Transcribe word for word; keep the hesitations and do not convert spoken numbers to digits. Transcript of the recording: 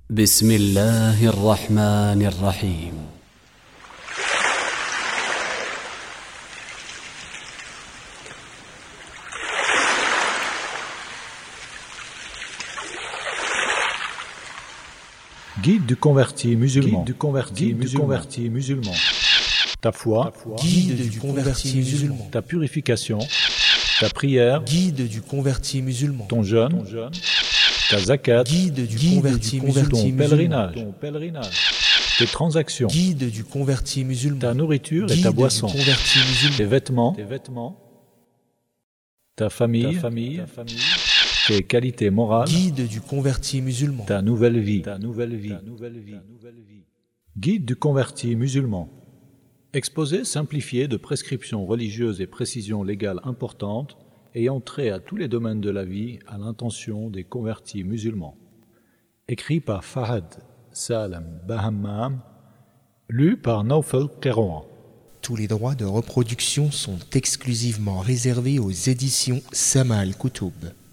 بسم الله الرحمن الرحيم. Guide du converti musulman. Guide du converti Guide du musulman. converti musulman. Ta foi, Guide du converti musulman. ta purification, ta prière, Guide du converti musulman. ton jeûne, ta zakat, Guide du Guide converti ton musulman. pèlerinage, ton pèlerinage, tes transactions, Guide du converti musulman. ta nourriture et Guide ta du boisson, converti musulman. tes vêtements, tes vêtements, ta famille, ta famille, tes qualités morales, Guide du converti musulman. ta nouvelle vie, ta nouvelle vie, ta nouvelle vie. Guide du converti musulman. Exposé simplifié de prescriptions religieuses et précisions légales importantes ayant trait à tous les domaines de la vie à l'intention des convertis musulmans. Écrit par Fahad Salem Bahammam, lu par Naufel Kerouan. Tous les droits de reproduction sont exclusivement réservés aux éditions Sama al-Koutoub.